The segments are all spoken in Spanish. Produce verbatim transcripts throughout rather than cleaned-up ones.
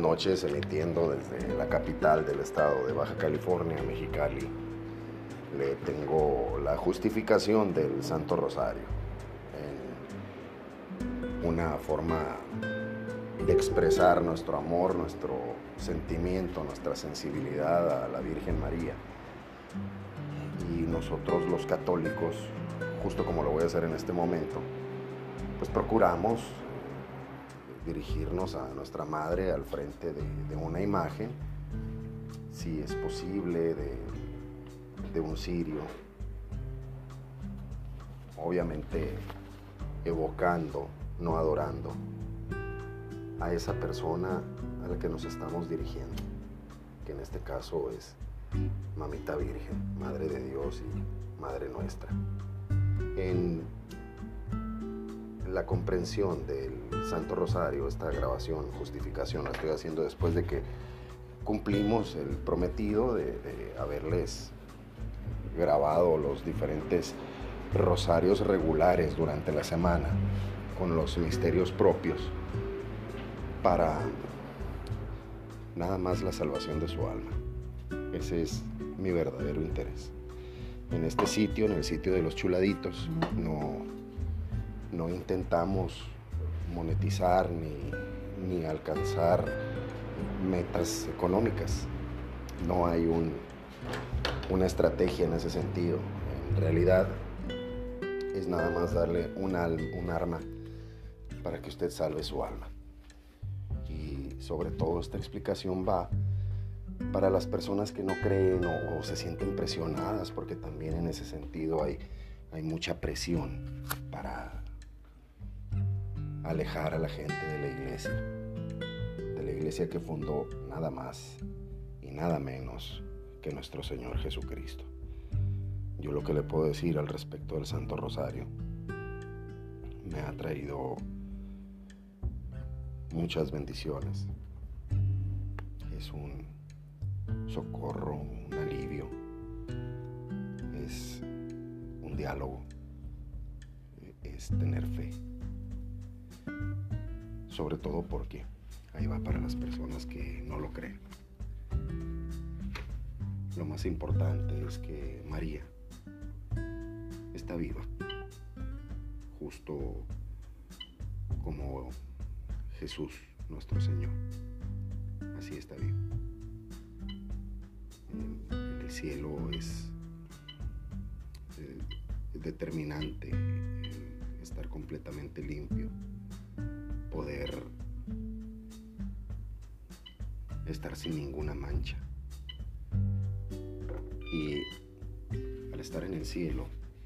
noches, emitiendo desde la capital del estado de Baja California, Mexicali. Le tengo la justificación del Santo Rosario en una forma de expresar nuestro amor, nuestro sentimiento, nuestra sensibilidad a la Virgen María. Y nosotros los católicos, justo como lo voy a hacer en este momento, pues procuramos dirigirnos a nuestra madre al frente de, de una imagen, si es posible, de, de un cirio, obviamente evocando, no adorando, a esa persona a la que nos estamos dirigiendo, que en este caso es Mamita Virgen, Madre de Dios y Madre nuestra. En la comprensión del Santo Rosario, esta grabación, justificación, la estoy haciendo después de que cumplimos el prometido de, de haberles grabado los diferentes rosarios regulares durante la semana con los misterios propios para nada más la salvación de su alma. Ese es mi verdadero interés. En este sitio, en el sitio de los chuladitos, no No intentamos monetizar ni, ni alcanzar metas económicas. No hay un, una estrategia en ese sentido. En realidad es nada más darle un, al, un arma para que usted salve su alma. Y sobre todo esta explicación va para las personas que no creen o, o se sienten presionadas, porque también en ese sentido hay, hay mucha presión para alejar a la gente de la iglesia, de la iglesia que fundó nada más y nada menos que nuestro Señor Jesucristo. Yo lo que le puedo decir al respecto del Santo Rosario me ha traído muchas bendiciones. Es un socorro, un alivio, es un diálogo, es tener fe. Sobre todo porque ahí va para las personas que no lo creen. Lo más importante es que María está viva, justo como Jesús, nuestro Señor. Así está vivo. En el cielo es eh, determinante eh, estar completamente limpio, poder estar sin ninguna mancha. Y al estar en el cielo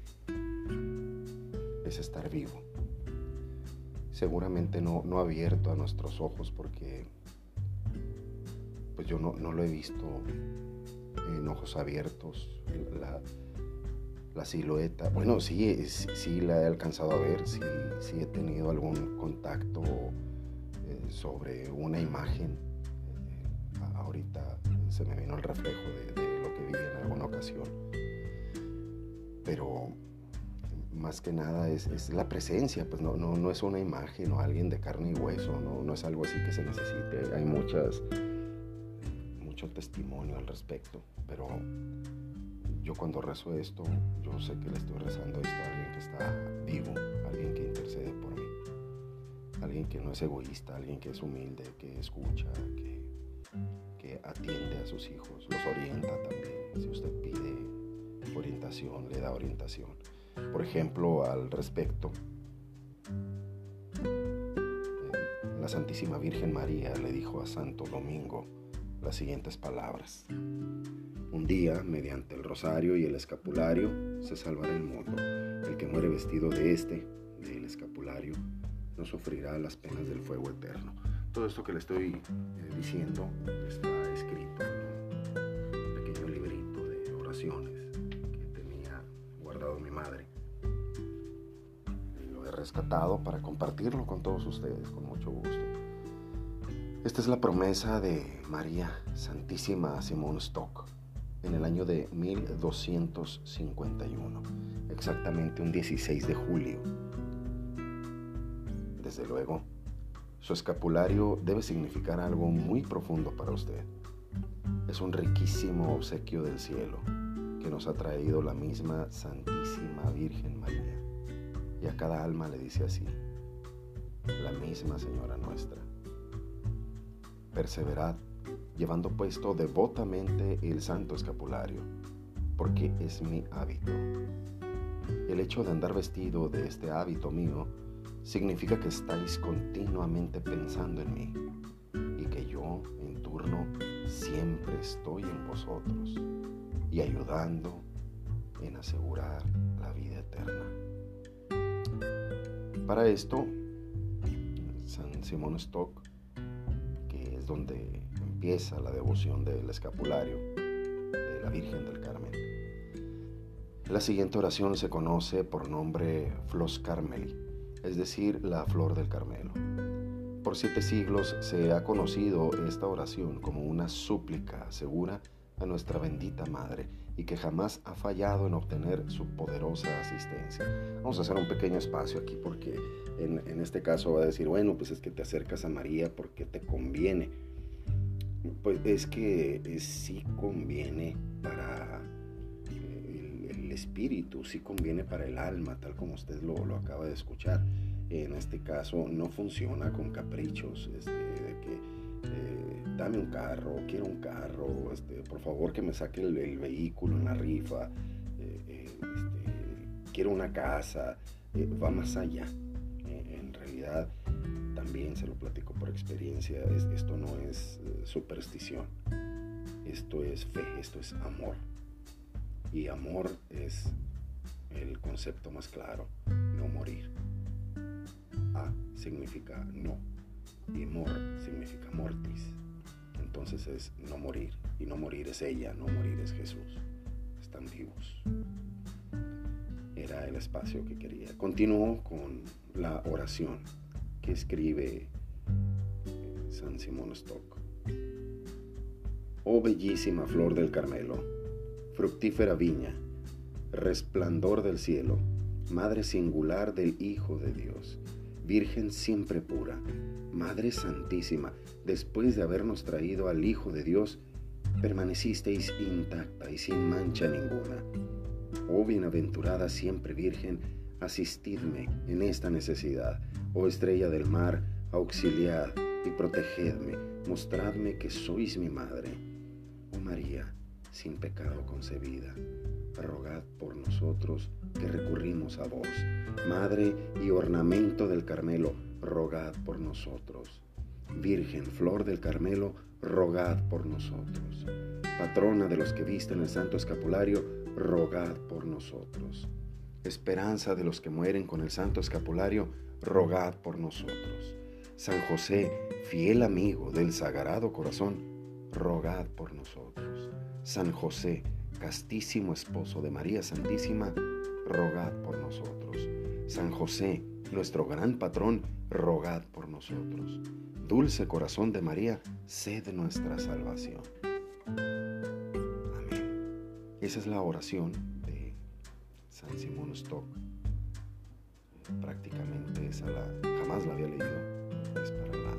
es estar vivo. Seguramente no, no abierto a nuestros ojos, porque pues yo no, no lo he visto en ojos abiertos, la, la silueta. Bueno, sí, sí la he alcanzado a ver, sí, sí he tenido algún contacto eh, sobre una imagen. Eh, ahorita se me vino el reflejo de, de lo que vi en alguna ocasión. Pero más que nada es, es la presencia, pues no, no, no es una imagen o alguien de carne y hueso, no, no es algo así que se necesite. Hay muchas, mucho testimonio al respecto, pero yo cuando rezo esto, yo sé que le estoy rezando esto a alguien que está vivo, alguien que intercede por mí, alguien que no es egoísta, alguien que es humilde, que escucha, que, que atiende a sus hijos, los orienta también. Si usted pide orientación, le da orientación. Por ejemplo, al respecto, la Santísima Virgen María le dijo a Santo Domingo las siguientes palabras: un día, mediante el rosario y el escapulario, se salvará el mundo. El que muere vestido de este, del escapulario, no sufrirá las penas del fuego eterno. Todo esto que le estoy eh, diciendo está escrito en un pequeño librito de oraciones que tenía guardado mi madre. Y lo he rescatado para compartirlo con todos ustedes con mucho gusto. Esta es la promesa de María Santísima Simón Stock en el año de mil doscientos cincuenta y uno, exactamente un dieciséis de julio. Desde luego, Su escapulario debe significar algo muy profundo para usted. Es un riquísimo obsequio del cielo que nos ha traído la misma Santísima Virgen María. Y a cada alma le dice así: la misma Señora nuestra. Perseverad llevando puesto devotamente el santo escapulario, porque es mi hábito. El hecho de andar vestido de este hábito mío significa que estáis continuamente pensando en mí y que yo, en turno, siempre estoy en vosotros y ayudando en asegurar la vida eterna. Para esto, San Simón Stock, que es donde empieza la devoción del escapulario de la Virgen del Carmen, la siguiente oración se conoce por nombre Flos Carmeli, es decir, la flor del Carmelo. Por siete siglos se ha conocido esta oración como una súplica segura a nuestra bendita Madre y que jamás ha fallado en obtener su poderosa asistencia. Vamos a hacer un pequeño espacio aquí porque en, en este caso va a decir, bueno, pues es que te acercas a María porque te conviene. Pues es que es, sí conviene para el, el espíritu, sí conviene para el alma, tal como usted lo, lo acaba de escuchar. En este caso no funciona con caprichos, este, de que eh, dame un carro, quiero un carro, este, por favor que me saque el, el vehículo en la rifa, eh, eh, este, quiero una casa, eh, va más allá. Eh, en realidad también se lo platico por experiencia, es, esto no es eh, superstición, esto es fe, esto es amor. Y amor es el concepto más claro, no morir. A significa no y mor significa mortis. Entonces es no morir, y no morir es ella, no morir es Jesús. Están vivos. Era el espacio que quería. Continúo con la oración que escribe San Simón Stock. Oh bellísima flor del Carmelo, fructífera viña, resplandor del cielo, madre singular del Hijo de Dios, Virgen siempre pura, Madre Santísima, después de habernos traído al Hijo de Dios, permanecisteis intacta y sin mancha ninguna. Oh bienaventurada siempre Virgen, asistidme en esta necesidad. Oh estrella del mar, auxiliad y protegedme, mostradme que sois mi Madre. Oh María, sin pecado concebida, rogad por nosotros que recurrimos a vos. Madre y ornamento del Carmelo, rogad por nosotros. Virgen, flor del Carmelo, rogad por nosotros. Patrona de los que visten el santo escapulario, rogad por nosotros. Esperanza de los que mueren con el santo escapulario, rogad por nosotros. San José, fiel amigo del Sagrado Corazón, rogad por nosotros. San José, castísimo esposo de María Santísima, rogad por nosotros. San José, nuestro gran patrón, rogad por nosotros. Dulce corazón de María, sed nuestra salvación. Amén. Esa es la oración de San Simón Stock. Prácticamente esa la, jamás la había leído. Es para la,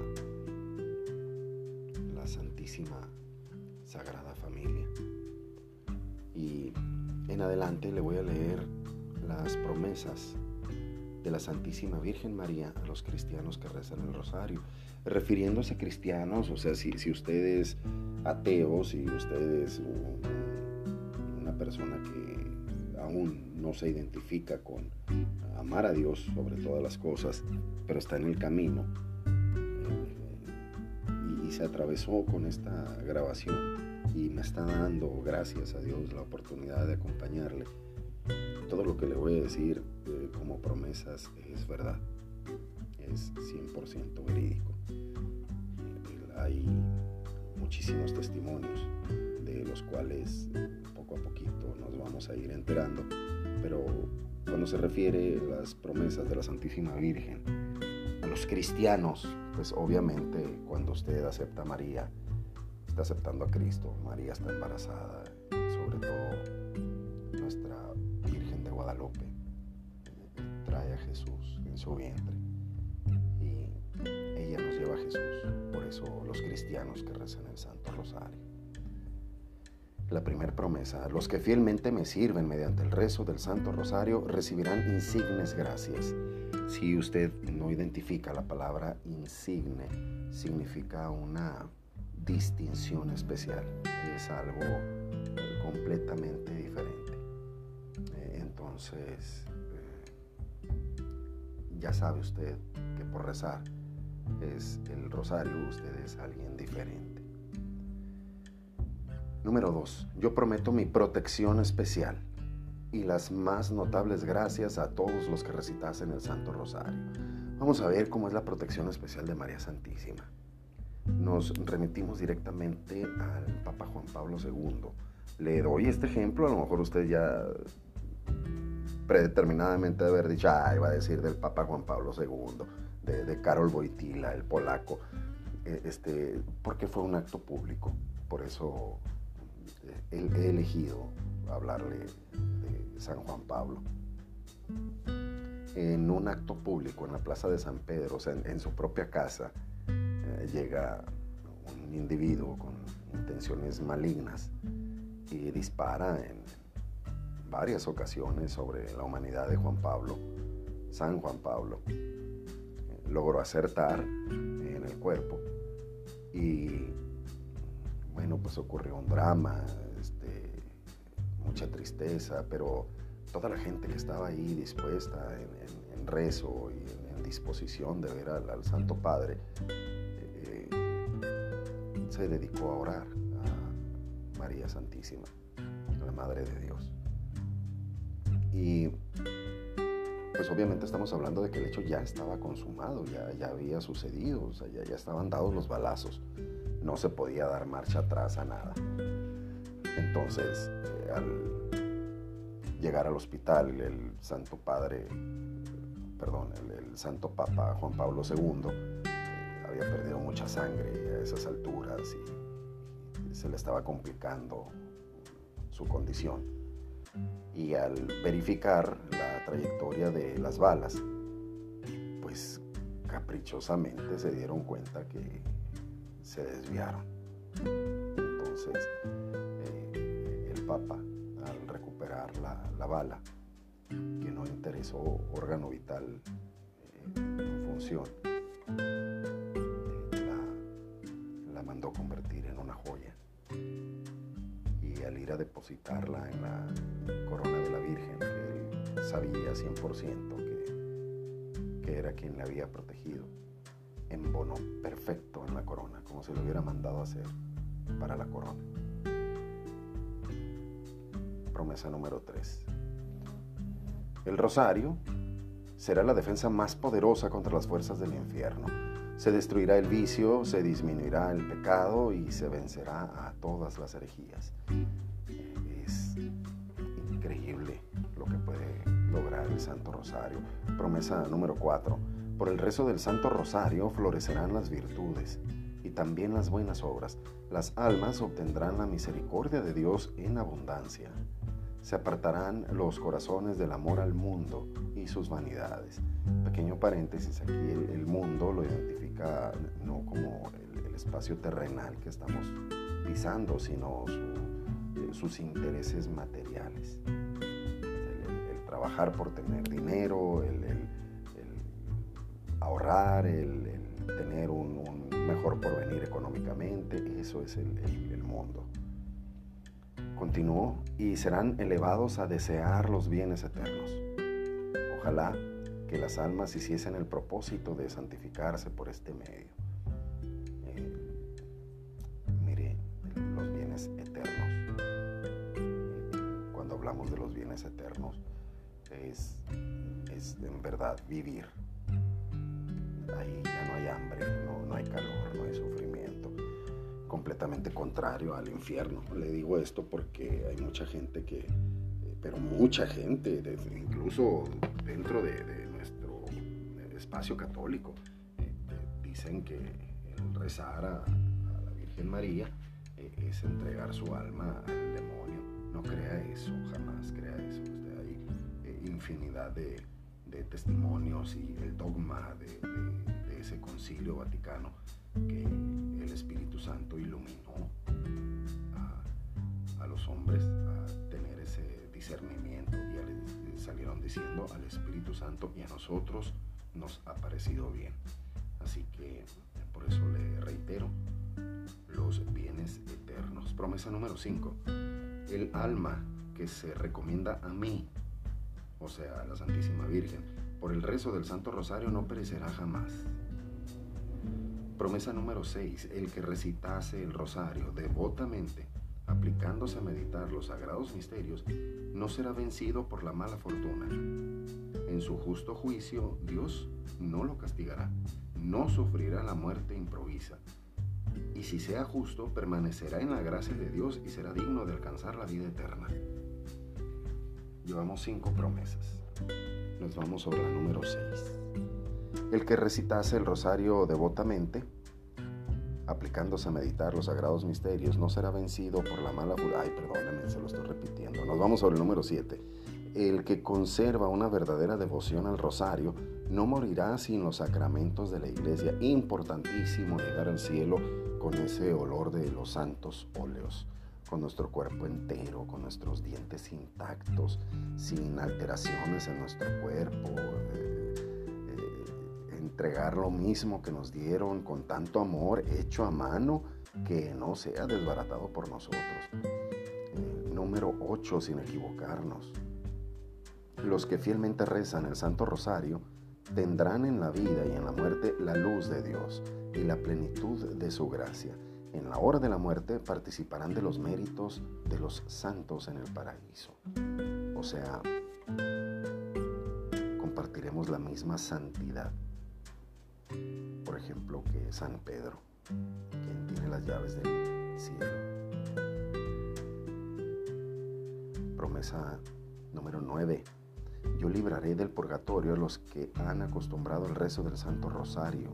la Santísima Sagrada Familia. Y en adelante le voy a leer las promesas de la Santísima Virgen María a los cristianos que rezan el rosario. Refiriéndose a cristianos, o sea, si, si usted es ateo, si usted es un, una persona que aún no se identifica con amar a Dios sobre todas las cosas, pero está en el camino eh, y, y se atravesó con esta grabación y me está dando, gracias a Dios, la oportunidad de acompañarle. Todo lo que le voy a decir eh, como promesas es verdad, es cien por ciento verídico. Eh, hay muchísimos testimonios de los cuales poco a poquito nos vamos a ir enterando, pero cuando se refiere a las promesas de la Santísima Virgen a los cristianos, pues obviamente cuando usted acepta a María, está aceptando a Cristo. María está embarazada, sobre todo nuestra Virgen de Guadalupe trae a Jesús en su vientre y ella nos lleva lleva Jesús. Por eso los cristianos que rezan el Santo Rosario. La primera promesa: los que fielmente me sirven mediante el rezo del Santo Rosario recibirán insignes gracias. Si usted no identifica la palabra insigne, significa una distinción especial. Es algo completamente diferente. Entonces, ya sabe usted que por rezar es el rosario, usted es alguien diferente. Número dos. Yo prometo mi protección especial y las más notables gracias a todos los que recitasen el Santo Rosario. Vamos a ver cómo es la protección especial de María Santísima. Nos remitimos directamente al Papa Juan Pablo segundo. Le doy este ejemplo, a lo mejor usted ya predeterminadamente debe haber dicho, ah, iba a decir del Papa Juan Pablo segundo, de, de Karol Wojtyla, el polaco, este, porque fue un acto público. Por eso he, he elegido hablarle de San Juan Pablo. En un acto público en la plaza de San Pedro, o sea, en, en su propia casa, eh, llega un individuo con intenciones malignas y dispara en varias ocasiones sobre la humanidad de Juan Pablo, San Juan Pablo. Logró acertar en el cuerpo y bueno, pues ocurrió un drama, este, mucha tristeza, pero toda la gente que estaba ahí dispuesta en, en, en rezo y en, en disposición de ver al, al Santo Padre, eh, se dedicó a orar a María Santísima, la Madre de Dios. Y pues obviamente estamos hablando de que el hecho ya estaba consumado, ya, ya había sucedido, o sea, ya, ya estaban dados los balazos, no se podía dar marcha atrás a nada. Entonces, eh, al llegar al hospital, el, el Santo Padre, perdón, el, el Santo Papa Juan Pablo segundo eh, había perdido mucha sangre a esas alturas y, y se le estaba complicando su condición. Y al verificar la trayectoria de las balas, pues caprichosamente se dieron cuenta que se desviaron. Entonces, eh, el Papa, al recuperar la, la bala, que no interesó órgano vital eh, en función, eh, la, la mandó convertir en una joya. Y al ir a depositarla en la corona de la Virgen, que él sabía cien por ciento que, que era quien la había protegido, embonó perfecto en la corona, como si lo hubiera mandado a hacer para la corona. Promesa número tres. El rosario será la defensa más poderosa contra las fuerzas del infierno. Se destruirá el vicio, se disminuirá el pecado y se vencerá a todas las herejías. Es increíble lo que puede lograr el Santo Rosario. Promesa número cuatro. Por el rezo del Santo Rosario florecerán las virtudes y también las buenas obras. Las almas obtendrán la misericordia de Dios en abundancia. Se apartarán los corazones del amor al mundo y sus vanidades. Pequeño paréntesis, aquí el, el mundo lo identifica no como el, el espacio terrenal que estamos pisando, sino su, sus intereses materiales. El, el, el trabajar por tener dinero, el, el, el ahorrar, el, el tener un, un mejor porvenir económicamente, eso es el, el, el mundo. Continuó, y serán elevados a desear los bienes eternos. Ojalá que las almas hiciesen el propósito de santificarse por este medio. Eh, mire, los bienes eternos. Eh, cuando hablamos de los bienes eternos, es, es en verdad vivir. Ahí ya no hay hambre, no, no hay calor, no hay sufrimiento. Completamente contrario al infierno. Le digo esto porque hay mucha gente que, eh, pero mucha gente, de, incluso dentro de, de nuestro espacio católico, eh, dicen que el rezar a, a la Virgen María eh, es entregar su alma al demonio. No crea eso, jamás crea eso. O sea, hay eh, infinidad de, de testimonios y el dogma de, de, de ese concilio vaticano que el Espíritu Santo iluminó a, a los hombres a tener ese discernimiento, y les salieron diciendo al Espíritu Santo y a nosotros nos ha parecido bien. Así que por eso le reitero los bienes eternos. Promesa número cinco. El alma que se recomienda a mí, o sea, a la Santísima Virgen, por el rezo del Santo Rosario no perecerá jamás. Promesa número seis. El que recitase el rosario devotamente, aplicándose a meditar los sagrados misterios, no será vencido por la mala fortuna. En su justo juicio, Dios no lo castigará, no sufrirá la muerte improvisa. Y si sea justo, permanecerá en la gracia de Dios y será digno de alcanzar la vida eterna. Llevamos cinco promesas. Nos vamos sobre la número seis. El que recitase el rosario devotamente, aplicándose a meditar los sagrados misterios, no será vencido por la mala fortuna. Ay, perdónenme, se lo estoy repitiendo. Nos vamos sobre el número siete. El que conserva una verdadera devoción al rosario no morirá sin los sacramentos de la iglesia. Importantísimo llegar al cielo con ese olor de los santos óleos, con nuestro cuerpo entero, con nuestros dientes intactos, sin alteraciones en nuestro cuerpo, eh, eh, entregar lo mismo que nos dieron con tanto amor, hecho a mano, que no sea desbaratado por nosotros. Eh, número ocho, sin equivocarnos. Los que fielmente rezan el Santo Rosario tendrán en la vida y en la muerte la luz de Dios y la plenitud de su gracia. En la hora de la muerte participarán de los méritos de los santos en el paraíso. O sea, compartiremos la misma santidad. Por ejemplo, que San Pedro, quien tiene las llaves del cielo. Promesa número nueve. Yo libraré del purgatorio a los que han acostumbrado el rezo del Santo Rosario.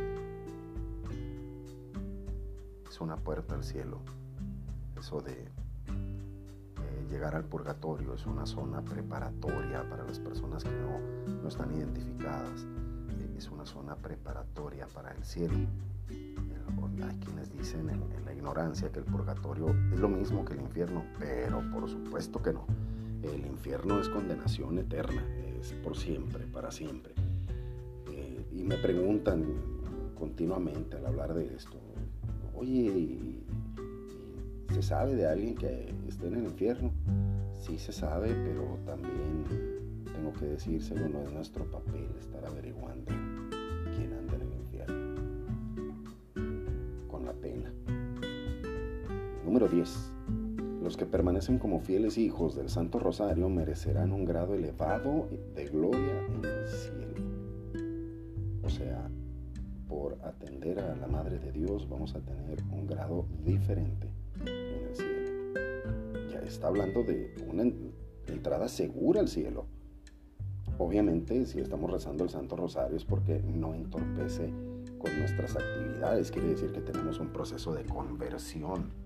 Es una puerta al cielo. Eso de eh, llegar al purgatorio es una zona preparatoria para las personas que no, no están identificadas. Eh, es una zona preparatoria para el cielo. El, hay quienes dicen en, en la ignorancia que el purgatorio es lo mismo que el infierno, pero por supuesto que no. El infierno es condenación eterna, es por siempre, para siempre. Eh, y me preguntan continuamente al hablar de esto, oye, ¿y, y se sabe de alguien que esté en el infierno? Sí se sabe, pero también tengo que decírselo, no es nuestro papel estar averiguando quién anda en el infierno. Con la pena. Número diez. Los que permanecen como fieles hijos del Santo Rosario merecerán un grado elevado de gloria en el cielo. O sea, por atender a la Madre de Dios vamos a tener un grado diferente en el cielo. Ya está hablando de una entrada segura al cielo. Obviamente, si estamos rezando el Santo Rosario es porque no entorpece con nuestras actividades. Quiere decir que tenemos un proceso de conversión.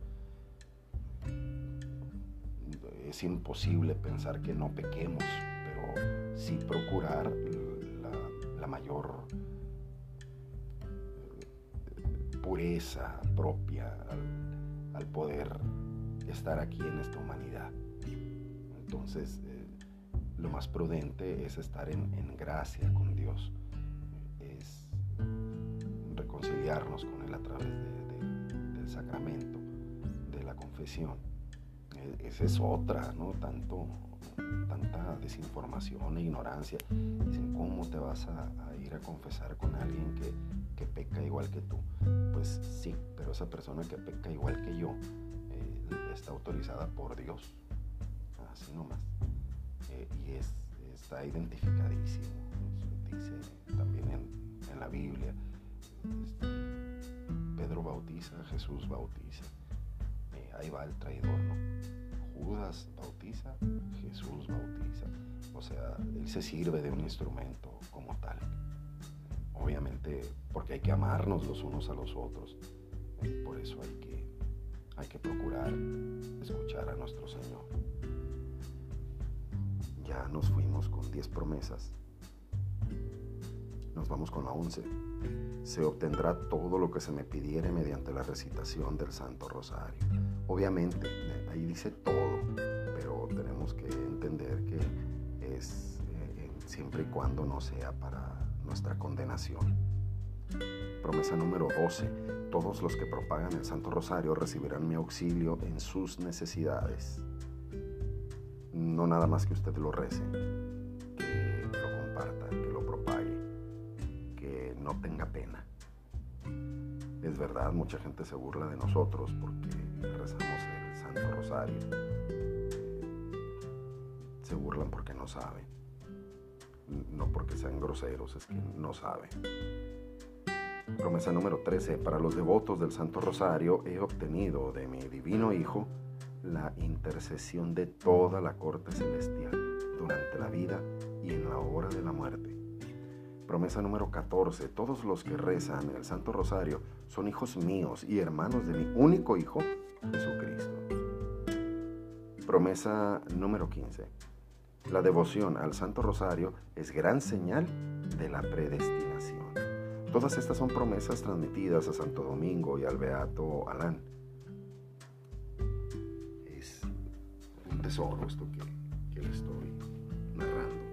Es imposible pensar que no pequemos, pero sí procurar la, la mayor pureza propia al, al poder estar aquí en esta humanidad. Entonces, eh, lo más prudente es estar en, en gracia con Dios, es reconciliarnos con Él a través de, de, del sacramento, de la confesión. Esa es otra, ¿no? Tanto, tanta desinformación e ignorancia. Dicen, ¿cómo te vas a, a ir a confesar con alguien que, que peca igual que tú? Pues sí, pero esa persona que peca igual que yo eh, está autorizada por Dios, así nomás. Eh, y es, está identificadísimo. Dice también en, en la Biblia, este, Pedro bautiza, Jesús bautiza. Ahí va el traidor, ¿no? Judas bautiza, Jesús bautiza. O sea, él se sirve de un instrumento como tal. Obviamente, porque hay que amarnos los unos a los otros. Por eso hay que, hay que procurar escuchar a nuestro Señor. Ya nos fuimos con diez promesas. Nos vamos con la once. Se obtendrá todo lo que se me pidiere mediante la recitación del Santo Rosario. Obviamente, ahí dice todo, pero tenemos que entender que es eh, siempre y cuando no sea para nuestra condenación. Promesa número doce. Todos los que propagan el Santo Rosario recibirán mi auxilio en sus necesidades. No nada más que usted lo rece, que lo comparta, que lo propague, que no tenga pena. Es verdad, mucha gente se burla de nosotros porque rezamos el Santo Rosario. Se burlan porque no saben. No porque sean groseros, es que no saben. Promesa número trece. Para los devotos del Santo Rosario he obtenido de mi divino Hijo la intercesión de toda la corte celestial durante la vida y en la hora de la muerte. Promesa número catorce. Todos los que rezan el Santo Rosario son hijos míos y hermanos de mi único Hijo, Jesucristo. Promesa número quince. La devoción al Santo Rosario es gran señal de la predestinación. Todas estas son promesas transmitidas a Santo Domingo y al Beato Alán. Es un tesoro esto que, que le estoy narrando.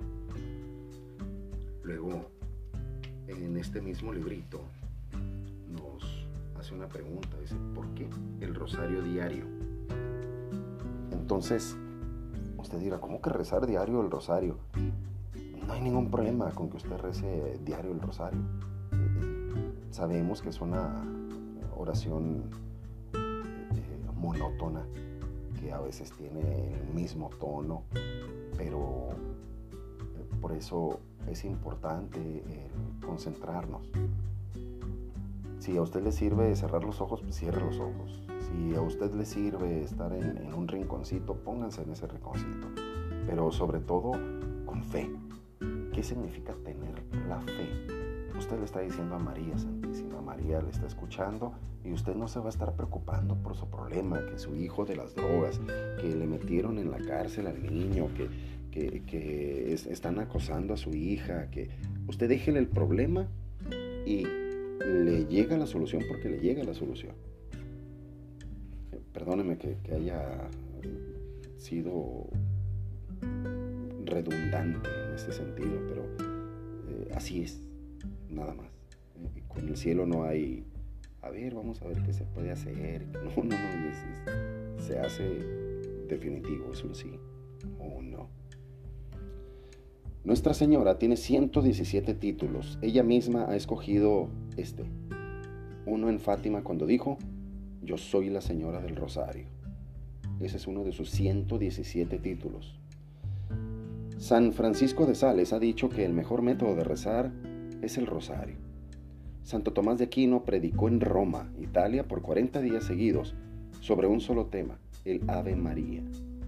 Luego, en este mismo librito, nos hace una pregunta. Dice, ¿por qué el rosario diario? Entonces, usted dirá, ¿cómo que rezar diario el rosario? No hay ningún problema con que usted rece diario el rosario. Sabemos que es una oración eh, monótona, que a veces tiene el mismo tono, pero eh, por eso es importante eh, concentrarnos. Si a usted le sirve cerrar los ojos, pues cierre los ojos. Si a usted le sirve estar en, en un rinconcito, pónganse en ese rinconcito. Pero sobre todo, con fe. ¿Qué significa tener la fe? Usted le está diciendo a María Santísima, María le está escuchando y usted no se va a estar preocupando por su problema, que su hijo de las drogas, que le metieron en la cárcel al niño, que, que, que es, están acosando a su hija, que usted déjele el problema y le llega la solución porque le llega la solución. Perdóneme que, que haya sido redundante en ese sentido, pero eh, así es, nada más. Eh, con el cielo no hay, a ver, vamos a ver qué se puede hacer. No, no, no, es, es, se hace definitivo, es un sí o un no. Nuestra Señora tiene ciento diecisiete títulos. Ella misma ha escogido este. Uno en Fátima cuando dijo, yo soy la Señora del Rosario. Ese es uno de sus ciento diecisiete títulos. San Francisco de Sales ha dicho que el mejor método de rezar es el rosario. Santo Tomás de Aquino predicó en Roma, Italia, por cuarenta días seguidos sobre un solo tema, el Ave María.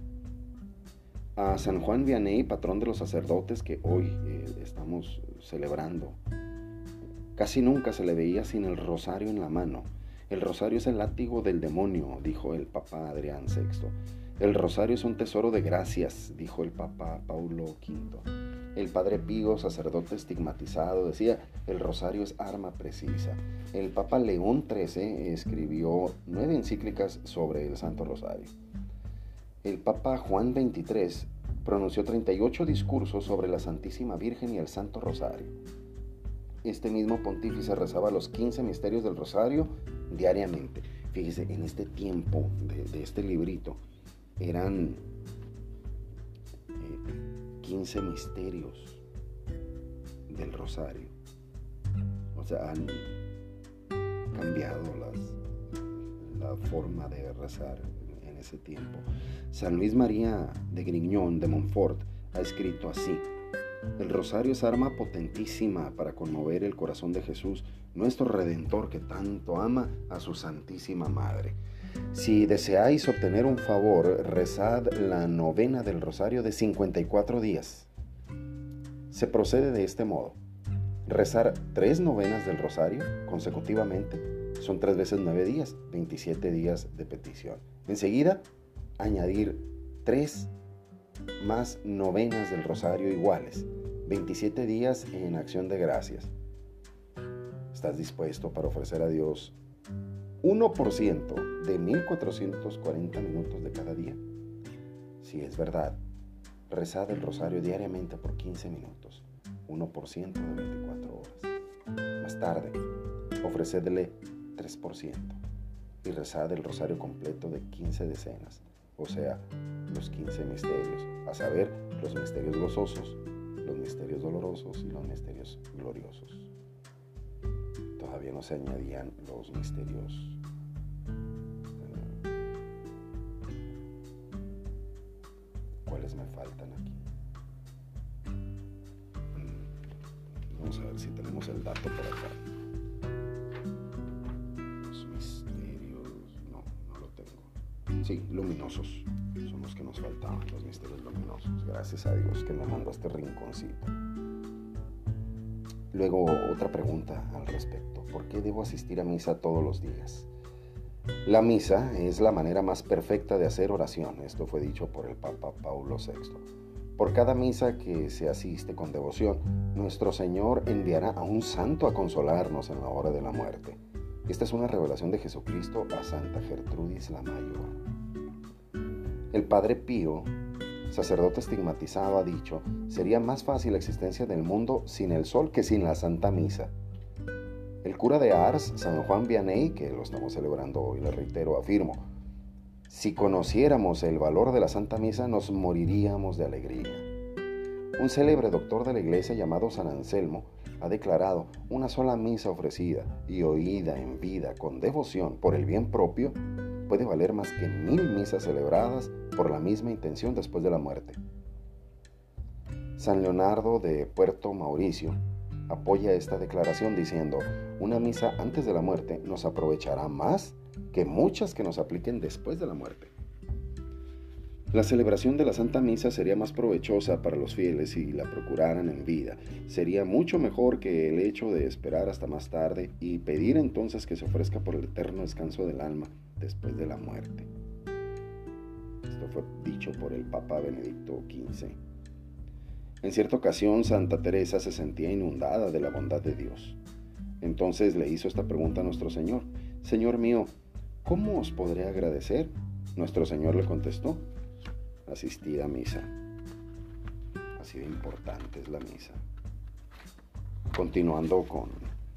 A San Juan Vianney, patrón de los sacerdotes que hoy eh, estamos celebrando, casi nunca se le veía sin el rosario en la mano. El rosario es el látigo del demonio, dijo el Papa Adrián sexto. El rosario es un tesoro de gracias, dijo el Papa Paulo quinto. El Padre Pío, sacerdote estigmatizado, decía, el rosario es arma precisa. El Papa León trece escribió nueve encíclicas sobre el Santo Rosario. El Papa Juan veintitrés pronunció treinta y ocho discursos sobre la Santísima Virgen y el Santo Rosario. Este mismo pontífice rezaba los quince misterios del Rosario diariamente. Fíjese, en este tiempo de, de este librito eran eh, quince misterios del Rosario. O sea, han cambiado las, la forma de rezar en ese tiempo. San Luis María de Grignon de Montfort ha escrito así: el rosario es arma potentísima para conmover el corazón de Jesús, nuestro Redentor, que tanto ama a su Santísima Madre. Si deseáis obtener un favor, rezad la novena del rosario de cincuenta y cuatro días. Se procede de este modo: rezar tres novenas del rosario consecutivamente, son tres veces nueve días, veintisiete días de petición. Enseguida, añadir tres más novenas del rosario iguales, veintisiete días en acción de gracias. ¿Estás dispuesto para ofrecer a Dios uno por ciento de mil cuatrocientos cuarenta minutos de cada día? Si es verdad, rezad el rosario diariamente por quince minutos, uno por ciento de veinticuatro horas. Más tarde, ofrecedle tres por ciento y rezad el rosario completo de quince decenas, o sea, los quince misterios, a saber, los misterios gozosos, los misterios dolorosos y los misterios gloriosos. Todavía no se añadían los misterios eh, ¿cuáles me faltan aquí? Mm, Vamos a ver si tenemos el dato por acá. Los misterios, no, no lo tengo. Sí, luminosos, son los que nos faltaban, los misterios luminosos. Gracias a Dios que me mandó a este rinconcito. Luego, otra pregunta al respecto. ¿Por qué debo asistir a misa todos los días? La misa es la manera más perfecta de hacer oración. Esto fue dicho por el Papa Paulo sexto. Por cada misa que se asiste con devoción, nuestro Señor enviará a un santo a consolarnos en la hora de la muerte. Esta es una revelación de Jesucristo a Santa Gertrudis la Mayor. El Padre Pío, sacerdote estigmatizado, ha dicho: sería más fácil la existencia del mundo sin el sol que sin la Santa Misa. El cura de Ars, San Juan Vianney, que lo estamos celebrando hoy, le reitero, afirmo: si conociéramos el valor de la Santa Misa, nos moriríamos de alegría. Un célebre doctor de la Iglesia llamado San Anselmo ha declarado: una sola misa ofrecida y oída en vida con devoción por el bien propio puede valer más que mil misas celebradas por la misma intención después de la muerte. San Leonardo de Puerto Mauricio apoya esta declaración diciendo: una misa antes de la muerte nos aprovechará más que muchas que nos apliquen después de la muerte. La celebración de la Santa Misa sería más provechosa para los fieles si la procuraran en vida. Sería mucho mejor que el hecho de esperar hasta más tarde y pedir entonces que se ofrezca por el eterno descanso del alma después de la muerte. Esto fue dicho por el Papa Benedicto quince. En cierta ocasión, Santa Teresa se sentía inundada de la bondad de Dios. Entonces le hizo esta pregunta a nuestro Señor: Señor mío, ¿cómo os podré agradecer? Nuestro Señor le contestó: asistid a misa. Así de importante es la misa. Continuando con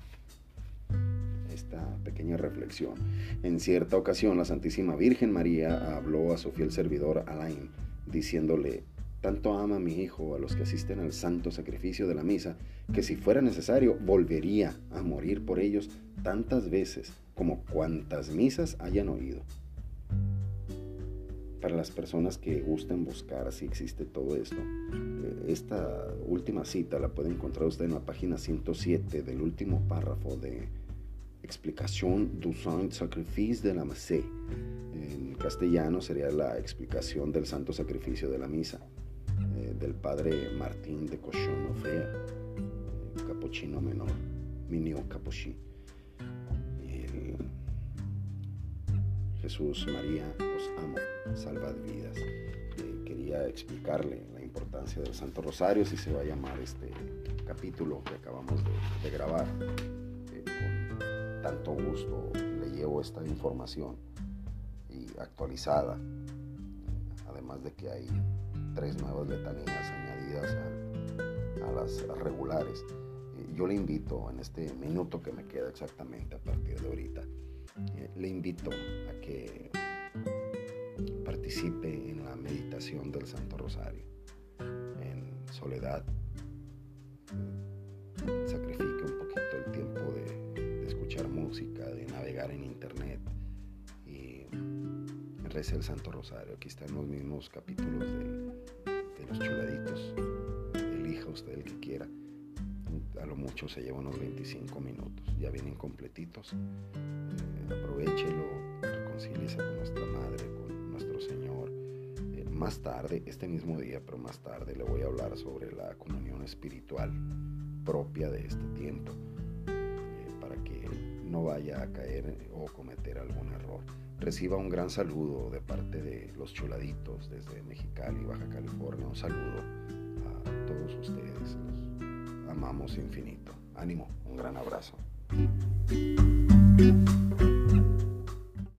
esta pequeña reflexión. En cierta ocasión, la Santísima Virgen María habló a su fiel servidor Alain, diciéndole: tanto ama mi hijo a los que asisten al santo sacrificio de la misa, que si fuera necesario, volvería a morir por ellos tantas veces como cuantas misas hayan oído. Para las personas que gusten buscar si existe todo esto, esta última cita la puede encontrar usted en la página ciento siete del último párrafo de Explicación du Saint Sacrifice de la Messe. En castellano sería la explicación del santo sacrificio de la misa, eh, del padre Martín de Cochon-Ofrea, eh, capuchino menor, Minio Capuchin. El Jesús, María, os amo, salvad vidas. Eh, quería explicarle la importancia del Santo Rosario, si se va a llamar este capítulo que acabamos de, de grabar. Eh, con tanto gusto le llevo esta información y actualizada, además de que hay tres nuevas letanías añadidas a, a las regulares. Eh, yo le invito en este minuto que me queda exactamente a partir de ahorita, eh, le invito a que participe en la meditación del Santo Rosario en soledad. Eh, sacrifique un poquito el tiempo de, de escuchar música, de navegar en internet y rece el Santo Rosario. Aquí están los mismos capítulos del, de los chuladitos. Elija usted el que quiera. A lo mucho se lleva unos veinticinco minutos. Ya vienen completitos. Eh, aprovechelo, reconcíliese con nuestra Madre, con nuestro Señor. Eh, más tarde, este mismo día, pero más tarde, le voy a hablar sobre la comunión espiritual propia de este tiempo, eh, para que no vaya a caer o cometer algún error. Reciba un gran saludo de parte de los chuladitos desde Mexicali, Baja California. Un saludo a todos ustedes, los amamos infinito. Ánimo, un gran abrazo.